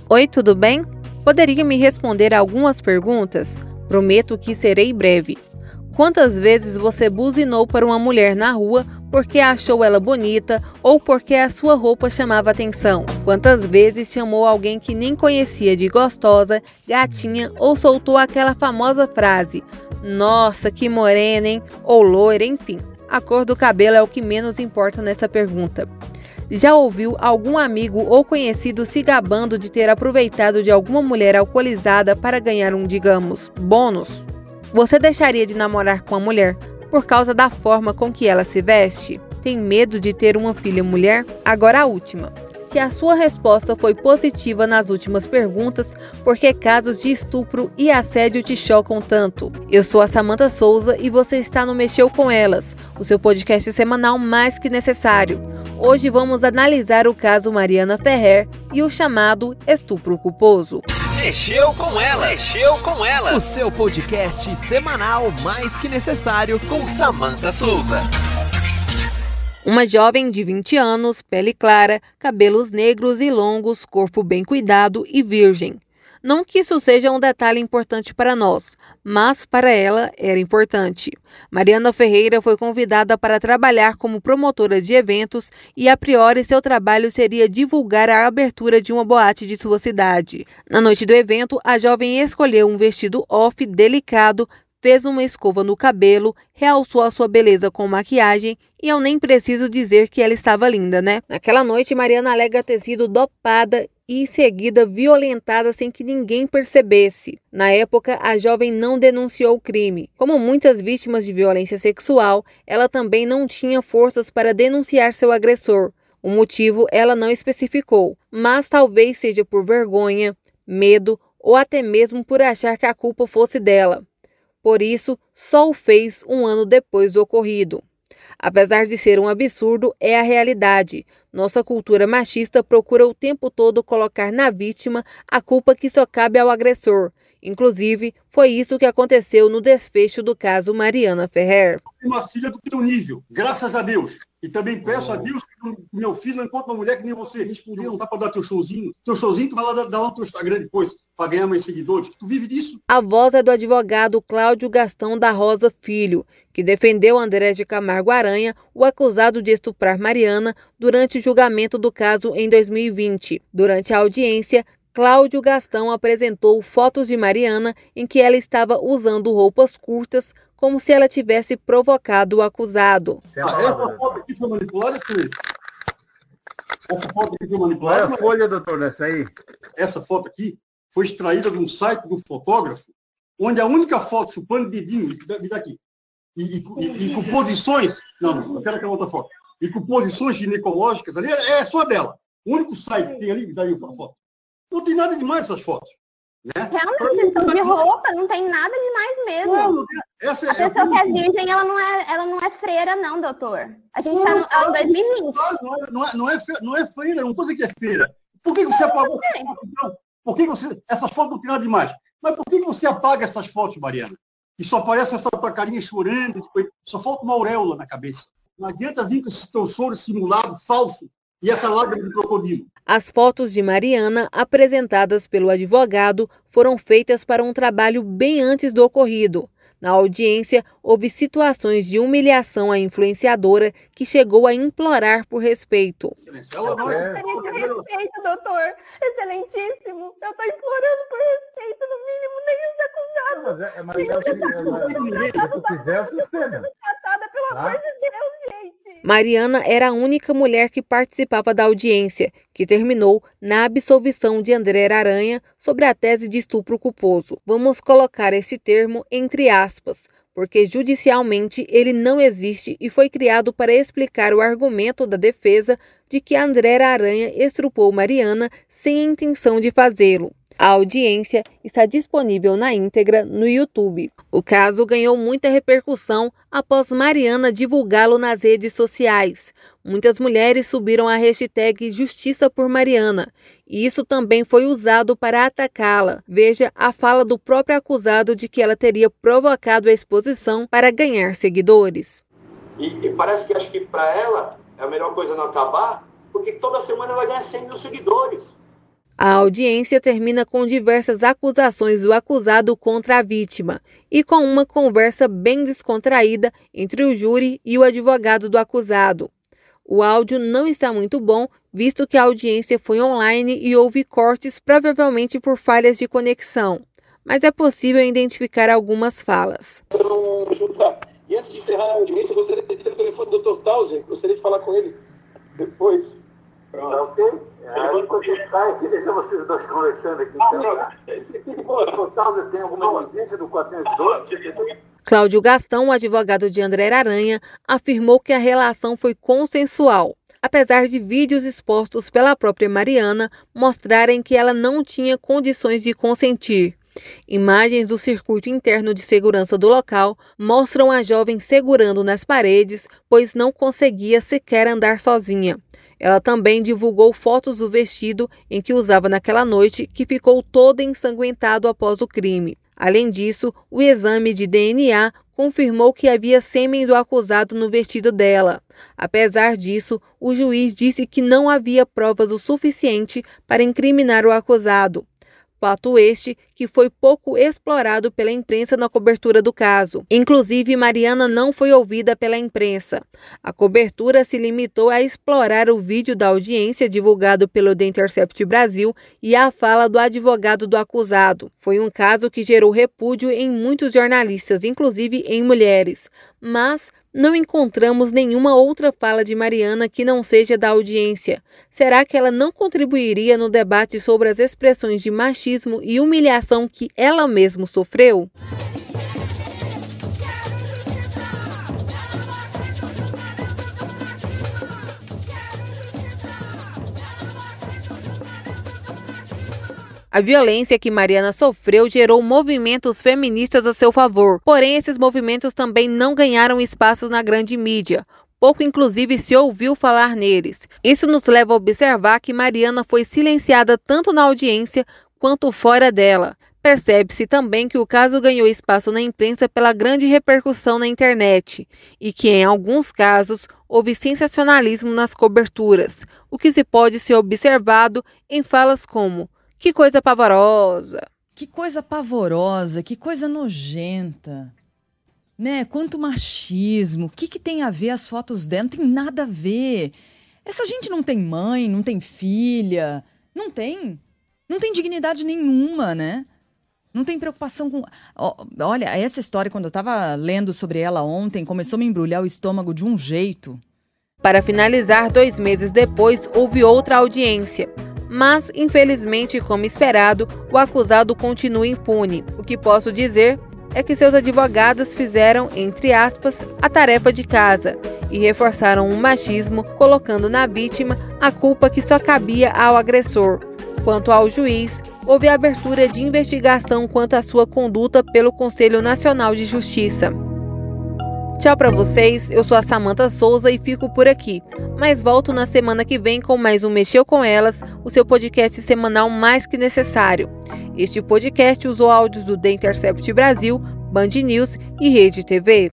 Oi, tudo bem? Poderia me responder algumas perguntas? Prometo que serei breve. Quantas vezes você buzinou para uma mulher na rua porque achou ela bonita ou porque a sua roupa chamava atenção? Quantas vezes chamou alguém que nem conhecia de gostosa, gatinha ou soltou aquela famosa frase: "Nossa, que morena, hein?" ou loira, enfim. A cor do cabelo é o que menos importa nessa pergunta. Já ouviu algum amigo ou conhecido se gabando de ter aproveitado de alguma mulher alcoolizada para ganhar um, digamos, bônus? Você deixaria de namorar com a mulher por causa da forma com que ela se veste? Tem medo de ter uma filha mulher? Agora a última. Se a sua resposta foi positiva nas últimas perguntas, por que casos de estupro e assédio te chocam tanto? Eu sou a Samantha Souza e você está no Mexeu com Elas, o seu podcast semanal mais que necessário. Hoje vamos analisar o caso Mariana Ferrer e o chamado estupro culposo. Mexeu com Elas, Mexeu com Elas, o seu podcast semanal mais que necessário com Samantha Souza. Uma jovem de 20 anos, pele clara, cabelos negros e longos, corpo bem cuidado e virgem. Não que isso seja um detalhe importante para nós, mas para ela era importante. Mariana Ferreira foi convidada para trabalhar como promotora de eventos e, a priori, seu trabalho seria divulgar a abertura de uma boate de sua cidade. Na noite do evento, a jovem escolheu um vestido off delicado, fez uma escova no cabelo, realçou a sua beleza com maquiagem e eu nem preciso dizer que ela estava linda, né? Naquela noite, Mariana alega ter sido dopada e em seguida violentada sem que ninguém percebesse. Na época, a jovem não denunciou o crime. Como muitas vítimas de violência sexual, ela também não tinha forças para denunciar seu agressor. O motivo ela não especificou, mas talvez seja por vergonha, medo ou até mesmo por achar que a culpa fosse dela. Por isso, só o fez um ano depois do ocorrido. Apesar de ser um absurdo, é a realidade. Nossa cultura machista procura o tempo todo colocar na vítima a culpa que só cabe ao agressor. Inclusive, foi isso que aconteceu no desfecho do caso Mariana Ferrer. Uma filha do teu nível, graças a Deus. E também peço a Deus que meu filho não encontre uma mulher que nem você. Respondeu, não dá para dar teu showzinho. Teu showzinho tu vai lá dar lá no teu Instagram depois, para ganhar mais seguidores. Tu vive disso. A voz é do advogado Cláudio Gastão da Rosa Filho, que defendeu André de Camargo Aranha, o acusado de estuprar Mariana, durante o julgamento do caso em 2020. Durante a audiência, Cláudio Gastão apresentou fotos de Mariana em que ela estava usando roupas curtas, como se ela tivesse provocado o acusado. Essa foto aqui foi manipulada, Felipe? Essa foto aqui foi manipulada? Qual é a folha, doutor, nessa aí? Essa foto aqui foi extraída de um site do fotógrafo, onde a única foto chupando dedinho, me dá aqui, e com posições... Não, eu quero aquela outra foto. E com posições ginecológicas ali, é só dela. O único site que tem ali, me dá aí a foto. Não tem nada demais essas fotos. Né? Realmente, estão de roupa, não tem nada demais mesmo. Não, a pessoa que é virgem, ela não é freira, não, doutor. A gente está em 2020. Não é freira, não coisa que é feira. Por que você apagou essas fotos, então? Por que essas fotos não tem nada demais? Mas por que você apaga essas fotos, Mariana? E só aparece essa tua carinha chorando, só falta uma auréola na cabeça. Não adianta vir com esse teu choro simulado, falso, e essa lágrima de crocodilo. As fotos de Mariana, apresentadas pelo advogado, foram feitas para um trabalho bem antes do ocorrido. Na audiência, houve situações de humilhação à influenciadora que chegou a implorar por respeito. Ela não é... Respeito, doutor. Excelentíssimo. Eu estou implorando por respeito, no mínimo, nem os acusados. Se tu quiser, suspenda. Tratada, pelo amor de Deus, gente. Mariana era a única mulher que participava da audiência, que terminou na absolvição de André Aranha sobre a tese de estupro culposo. Vamos colocar esse termo entre aspas, porque judicialmente ele não existe e foi criado para explicar o argumento da defesa de que André Aranha estrupou Mariana sem a intenção de fazê-lo. A audiência está disponível na íntegra no YouTube. O caso ganhou muita repercussão após Mariana divulgá-lo nas redes sociais. Muitas mulheres subiram a hashtag Justiça por Mariana, e isso também foi usado para atacá-la. Veja a fala do próprio acusado de que ela teria provocado a exposição para ganhar seguidores. E parece que acho que para ela é a melhor coisa não acabar, porque toda semana ela ganha 100 mil seguidores. A audiência termina com diversas acusações do acusado contra a vítima e com uma conversa bem descontraída entre o júri e o advogado do acusado. O áudio não está muito bom, visto que a audiência foi online e houve cortes, provavelmente por falhas de conexão, mas é possível identificar algumas falas. E antes de encerrar a audiência, eu gostaria de ter o telefone do Dr. Tauser, gostaria de falar com ele depois. Pronto. Tá ok? Enquanto está aqui, deixa vocês dois conversando aqui. O Tauser tem alguma evidência do 412? Cláudio Gastão, advogado de André Aranha, afirmou que a relação foi consensual, apesar de vídeos expostos pela própria Mariana mostrarem que ela não tinha condições de consentir. Imagens do circuito interno de segurança do local mostram a jovem segurando nas paredes, pois não conseguia sequer andar sozinha. Ela também divulgou fotos do vestido em que usava naquela noite, que ficou todo ensanguentado após o crime. Além disso, o exame de DNA confirmou que havia sêmen do acusado no vestido dela. Apesar disso, o juiz disse que não havia provas o suficiente para incriminar o acusado. Fato este que foi pouco explorado pela imprensa na cobertura do caso. Inclusive, Mariana não foi ouvida pela imprensa. A cobertura se limitou a explorar o vídeo da audiência divulgado pelo The Intercept Brasil e a fala do advogado do acusado. Foi um caso que gerou repúdio em muitos jornalistas, inclusive em mulheres. Mas não encontramos nenhuma outra fala de Mariana que não seja da audiência. Será que ela não contribuiria no debate sobre as expressões de machismo e humilhação que ela mesma sofreu? A violência que Mariana sofreu gerou movimentos feministas a seu favor, porém esses movimentos também não ganharam espaço na grande mídia. Pouco inclusive se ouviu falar neles. Isso nos leva a observar que Mariana foi silenciada tanto na audiência quanto fora dela. Percebe-se também que o caso ganhou espaço na imprensa pela grande repercussão na internet e que, em alguns casos, houve sensacionalismo nas coberturas, o que se pode ser observado em falas como "que coisa pavorosa", "que coisa pavorosa", "que coisa nojenta", né? Quanto machismo, o que tem a ver as fotos dela? Não tem nada a ver. Essa gente não tem mãe, não tem filha, não tem dignidade nenhuma, né? Não tem preocupação com... Olha, essa história, quando eu estava lendo sobre ela ontem, começou a me embrulhar o estômago de um jeito. Para finalizar, 2 meses depois, houve outra audiência. Mas, infelizmente, como esperado, o acusado continua impune. O que posso dizer é que seus advogados fizeram, entre aspas, a tarefa de casa e reforçaram o machismo, colocando na vítima a culpa que só cabia ao agressor. Quanto ao juiz, houve abertura de investigação quanto à sua conduta pelo Conselho Nacional de Justiça. Tchau para vocês, eu sou a Samantha Souza e fico por aqui. Mas volto na semana que vem com mais um Mexeu com Elas, o seu podcast semanal mais que necessário. Este podcast usou áudios do The Intercept Brasil, Band News e Rede TV.